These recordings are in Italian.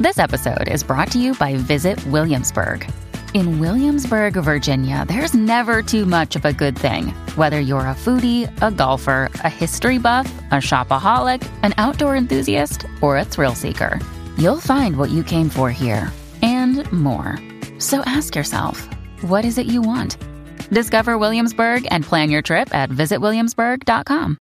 This episode is brought to you by Visit Williamsburg. In Williamsburg, Virginia, there's never too much of a good thing. Whether you're a foodie, a golfer, a history buff, a shopaholic, an outdoor enthusiast, or a thrill seeker, you'll find what you came for here and more. So ask yourself, what is it you want? Discover Williamsburg and plan your trip at visitwilliamsburg.com.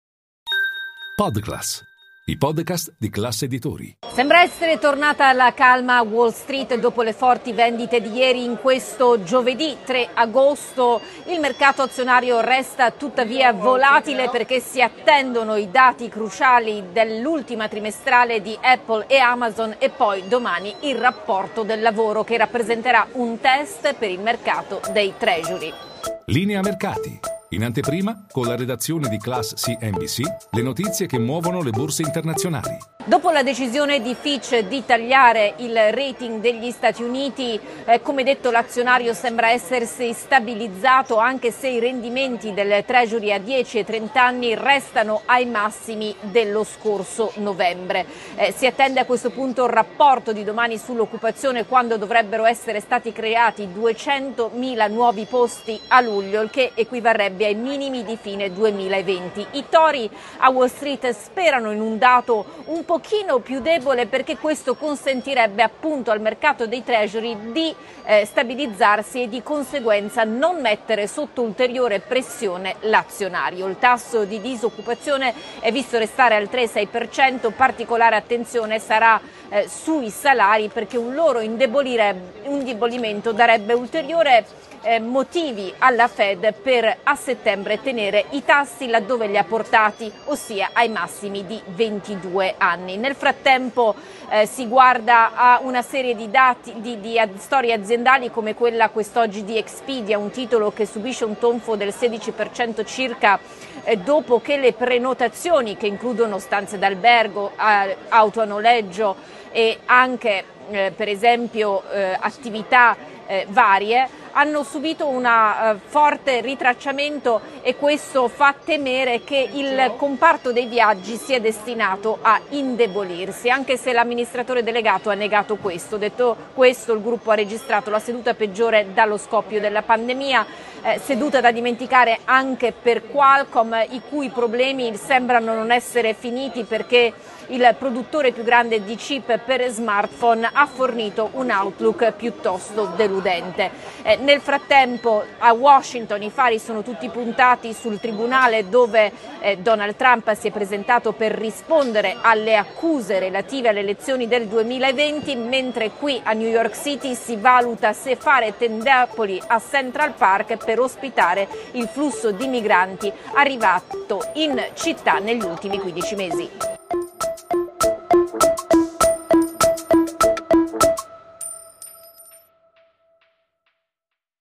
Podclass, i podcast di Class Editori. Sembra essere tornata la calma a Wall Street dopo le forti vendite di ieri. In questo giovedì 3 agosto il mercato azionario resta tuttavia volatile perché si attendono i dati cruciali dell'ultima trimestrale di Apple e Amazon e poi domani il rapporto del lavoro che rappresenterà un test per il mercato dei treasury. Linea mercati. In anteprima, con la redazione di Class CNBC, le notizie che muovono le borse internazionali. Dopo la decisione di Fitch di tagliare il rating degli Stati Uniti, come detto l'azionario sembra essersi stabilizzato anche se i rendimenti del Treasury a 10 e 30 anni restano ai massimi dello scorso novembre. Si attende a questo punto il rapporto di domani sull'occupazione quando dovrebbero essere stati creati 200.000 nuovi posti a luglio, il che equivarrebbe ai minimi di fine 2020. I tori a Wall Street sperano in un dato un pochino più debole perché questo consentirebbe appunto al mercato dei treasury di stabilizzarsi e di conseguenza non mettere sotto ulteriore pressione l'azionario. Il tasso di disoccupazione è visto restare al 3,6%, particolare attenzione sarà sui salari perché un loro indebolimento darebbe ulteriore motivi alla Fed per a settembre tenere i tassi laddove li ha portati, ossia ai massimi di 22 anni. Nel frattempo si guarda a una serie di dati di storie aziendali come quella quest'oggi di Expedia, un titolo che subisce un tonfo del 16% circa dopo che le prenotazioni che includono stanze d'albergo, auto a noleggio e anche per esempio attività varie hanno subito un forte ritracciamento e questo fa temere che il comparto dei viaggi sia destinato a indebolirsi, anche se l'amministratore delegato ha negato questo. Detto questo, il gruppo ha registrato la seduta peggiore dallo scoppio della pandemia, seduta da dimenticare anche per Qualcomm, i cui problemi sembrano non essere finiti perché il produttore più grande di chip per smartphone ha fornito un outlook piuttosto deludente. Nel frattempo a Washington i fari sono tutti puntati sul tribunale dove Donald Trump si è presentato per rispondere alle accuse relative alle elezioni del 2020, mentre qui a New York City si valuta se fare tendopoli a Central Park per ospitare il flusso di migranti arrivato in città negli ultimi 15 mesi.